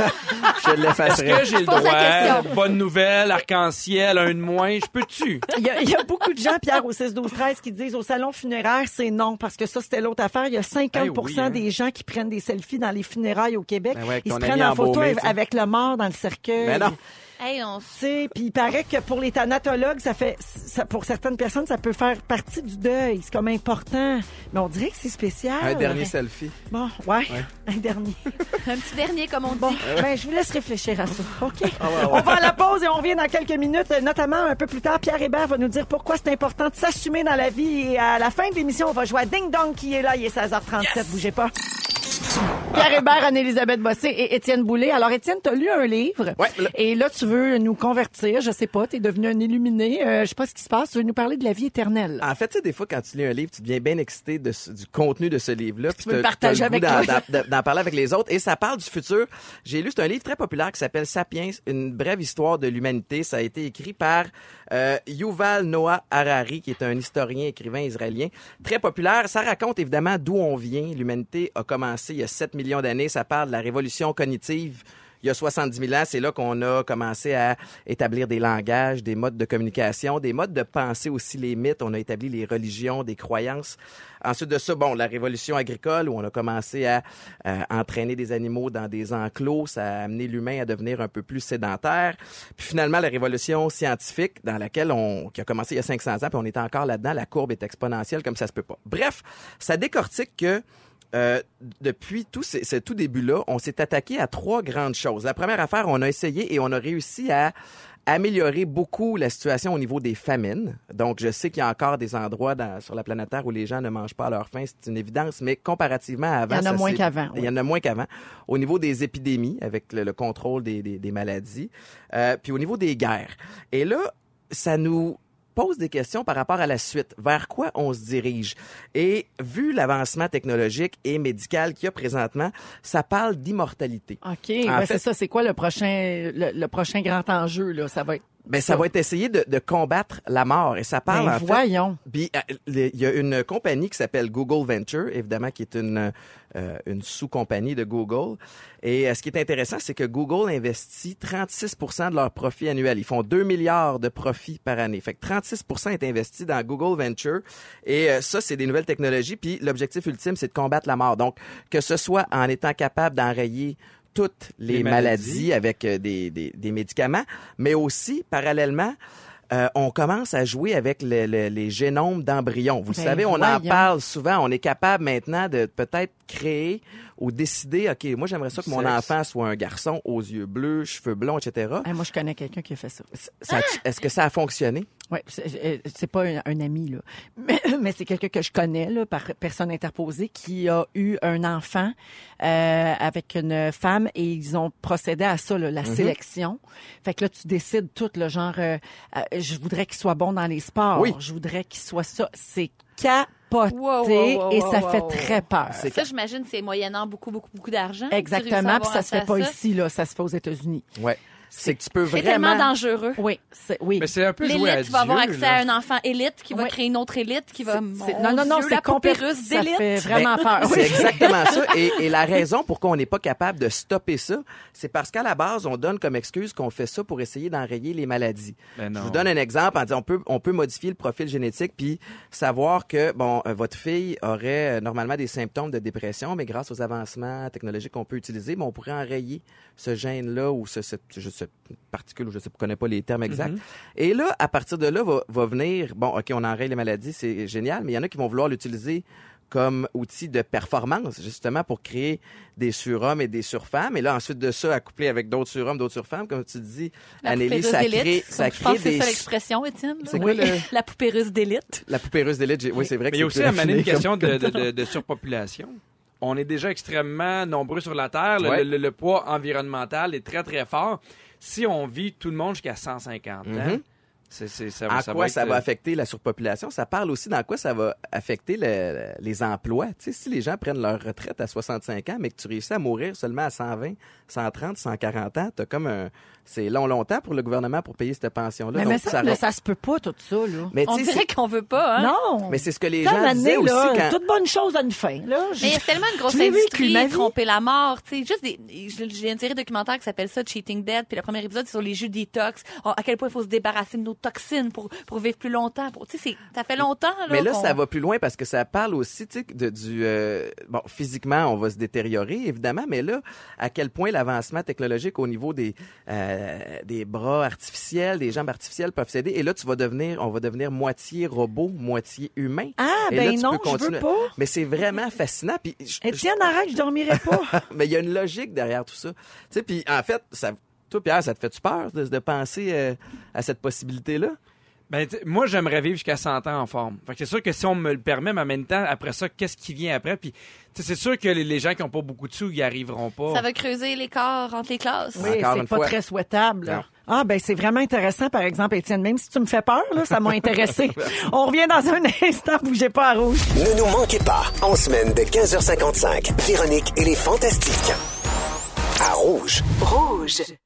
Je Est-ce l'effacerais. que j'ai le Pose la droit? question. Bonne nouvelle, arc-en-ciel, un de moins. Je peux-tu? Il y a beaucoup de gens, Pierre, au 6-12-13, qui disent au salon funéraire, c'est non, parce que ça, c'était l'autre affaire. Il y a 50 oui, hein. des gens qui prennent des selfies dans les funérailles au Québec. Ben ouais, avec Ils se ton prennent ami en photo embaumé, tu sais. avec le mort dans le cercueil. Mais non. hey, Tu sais, puis il paraît que pour les thanatologues, pour certaines personnes, ça peut faire partie du deuil. C'est comme important. Mais on dirait que c'est spécial. Un dernier selfie. Bon, ouais. Un dernier. un petit dernier, comme on Bon, dit. ben, je vous laisse réfléchir à ça. OK? Ah On va à la pause et on revient dans quelques minutes. Notamment, un peu plus tard, Pierre Hébert va nous dire pourquoi c'est important de s'assumer dans la vie. Et à la fin de l'émission, on va jouer à Ding Dong qui est là. Il est 16h37. Bougez pas. Pierre Hébert, Anne-Élisabeth Bossé et Étienne Boulay. Alors, Étienne, t'as lu un livre. Ouais. Et là, tu veux nous convertir. Je sais pas, t'es devenu un illuminé. Je sais pas ce qui se passe. Tu veux nous parler de la vie éternelle. En fait, tu sais, des fois, quand tu lis un livre, tu deviens bien excité du contenu de ce livre-là. Puis veux le t'as partager le goût avec moi. d'en parler avec les autres. Et ça parle du futur. J'ai lu, c'est un livre très populaire qui s'appelle Sapiens, une brève histoire de l'humanité. Ça a été écrit par Yuval Noah Harari, qui est un historien, écrivain israélien. Très populaire. Ça raconte évidemment d'où on vient. L'humanité a commencé il y a 7 millions d'années. Ça parle de la révolution cognitive. Il y a 70 000 ans, c'est là qu'on a commencé à établir des langages, des modes de communication, des modes de pensée aussi, les mythes. On a établi les religions, des croyances. Ensuite de ça, bon, la révolution agricole, où on a commencé à entraîner des animaux dans des enclos. Ça a amené l'humain à devenir un peu plus sédentaire. Puis finalement, la révolution scientifique, dans laquelle qui a commencé il y a 500 ans, puis on est encore là-dedans. La courbe est exponentielle comme ça se peut pas. Bref, ça décortique que depuis ce tout début-là, on s'est attaqué à 3 grandes choses. La première affaire, on a essayé et on a réussi à améliorer beaucoup la situation au niveau des famines. Donc, je sais qu'il y a encore des endroits sur la planète Terre où les gens ne mangent pas à leur faim, c'est une évidence, mais comparativement à avant... Il y en a moins qu'avant. Il y en a moins qu'avant. Au niveau des épidémies, avec le contrôle des maladies, puis au niveau des guerres. Et là, ça nous pose des questions par rapport à la suite. Vers quoi on se dirige? Et vu l'avancement technologique et médical qu'il y a présentement, ça parle d'immortalité. OK, c'est ça. C'est quoi le prochain grand enjeu, là? Ça va être... Ça va être essayer de combattre la mort. Et ça parle, en fait... voyons. Puis, il y a une compagnie qui s'appelle Google Venture, évidemment, qui est une sous-compagnie de Google. Et ce qui est intéressant, c'est que Google investit 36% de leur profit annuel. Ils font 2 milliards de profits par année. Fait que 36% est investi dans Google Venture. Et ça, c'est des nouvelles technologies. Puis, l'objectif ultime, c'est de combattre la mort. Donc, que ce soit en étant capable d'enrayer toutes les maladies avec des médicaments, mais aussi, parallèlement, on commence à jouer avec les génomes d'embryons. Vous le savez, on en parle souvent. On est capable maintenant de peut-être créer ou décider, OK, moi, j'aimerais ça que mon enfant soit un garçon aux yeux bleus, cheveux blonds, etc. Moi, je connais quelqu'un qui a fait ça. Est-ce que ça a fonctionné? Oui, c'est pas un ami, là. Mais c'est quelqu'un que je connais, là, par personne interposée, qui a eu un enfant avec une femme et ils ont procédé à ça, là, la sélection. Fait que là, tu décides tout, le genre, je voudrais qu'il soit bon dans les sports. Oui. Je voudrais qu'il soit ça. C'est capoté et ça fait très peur. Ça, j'imagine, c'est moyennant beaucoup d'argent. Exactement, puis ça se fait pas ici, là. Ça se fait aux États-unis. Ouais. C'est que tu peux C'est vraiment... tellement dangereux. Oui. Mais c'est un peu jouer à L'élite va avoir Dieu, accès là. à un enfant élite qui va créer une autre élite qui va... Non, Dieu, c'est la poupée russe ça d'élite. fait vraiment peur. C'est exactement ça. Et la raison pourquoi on n'est pas capable de stopper ça, c'est parce qu'à la base, on donne comme excuse qu'on fait ça pour essayer d'enrayer les maladies. Ben non. Je vous donne un exemple en disant on peut modifier le profil génétique puis savoir que votre fille aurait normalement des symptômes de dépression, mais grâce aux avancements technologiques qu'on peut utiliser, on pourrait enrayer ce gène-là ou cette particule, je ne connais pas les termes exacts. Et là, à partir de là, va venir, OK, on enraye les maladies, c'est génial, mais il y en a qui vont vouloir l'utiliser comme outil de performance, justement, pour créer des surhommes et des surfemmes. Et là, ensuite de ça, accoupler avec d'autres surhommes, d'autres surfemmes, comme tu dis, Anneli, ça crée je pense que c'est ça l'expression, Étienne. C'est quoi la poupée russe d'élite. La poupée russe d'élite, oui, c'est vrai que mais il y a c'est aussi à mener une question de surpopulation. On est déjà extrêmement nombreux sur la Terre. Ouais. Le poids environnemental est très, très fort. Si on vit tout le monde jusqu'à 150 ans, ça va affecter la surpopulation? Ça parle aussi dans quoi ça va affecter les emplois. Tu sais, si les gens prennent leur retraite à 65 ans, mais que tu réussis à mourir seulement à 120, 130, 140 ans, t'as comme c'est longtemps pour le gouvernement pour payer cette pension-là. Mais ça se peut pas, tout ça, là. Mais on dirait qu'on veut pas, hein? Non! Mais c'est ce que les gens disaient aussi quand... Toute bonne chose a une fin, là. Mais il y a tellement une grosse industrie, tromper la mort, tu sais, j'ai une série documentaire qui s'appelle ça Cheating Dead, puis le premier épisode c'est sur les jus détox, à quel point il faut se débarrasser de nos toxines pour vivre plus longtemps. Tu sais, ça fait longtemps, là. Mais là, ça va plus loin parce que ça parle aussi, tu sais, physiquement, on va se détériorer, évidemment, mais là, à quel point l'avancement technologique au niveau des bras artificiels, des jambes artificielles peuvent s'aider. Et là, on va devenir moitié robot, moitié humain. Ah, et ben là, non, je veux pas. Mais c'est vraiment fascinant. Puis, Étienne, arrête, je dormirai pas. Mais il y a une logique derrière tout ça. Tu sais, puis en fait, toi, Pierre, ça te fait-tu peur de penser à cette possibilité-là? Ben, moi, j'aimerais vivre jusqu'à 100 ans en forme. Fait que c'est sûr que si on me le permet, mais en même temps, après ça, qu'est-ce qui vient après? Puis, c'est sûr que les gens qui n'ont pas beaucoup de sous, ils n'y arriveront pas. Ça va creuser l'écart entre les classes. Oui, c'est pas très souhaitable. Non. Ah, ben c'est vraiment intéressant, par exemple, Étienne. Même si tu me fais peur, là, ça m'a intéressé. On revient dans un instant. Bougez pas à Rouge. Ne nous manquez pas, en semaine de 15h55, Véronique et les Fantastiques. À Rouge. Rouge.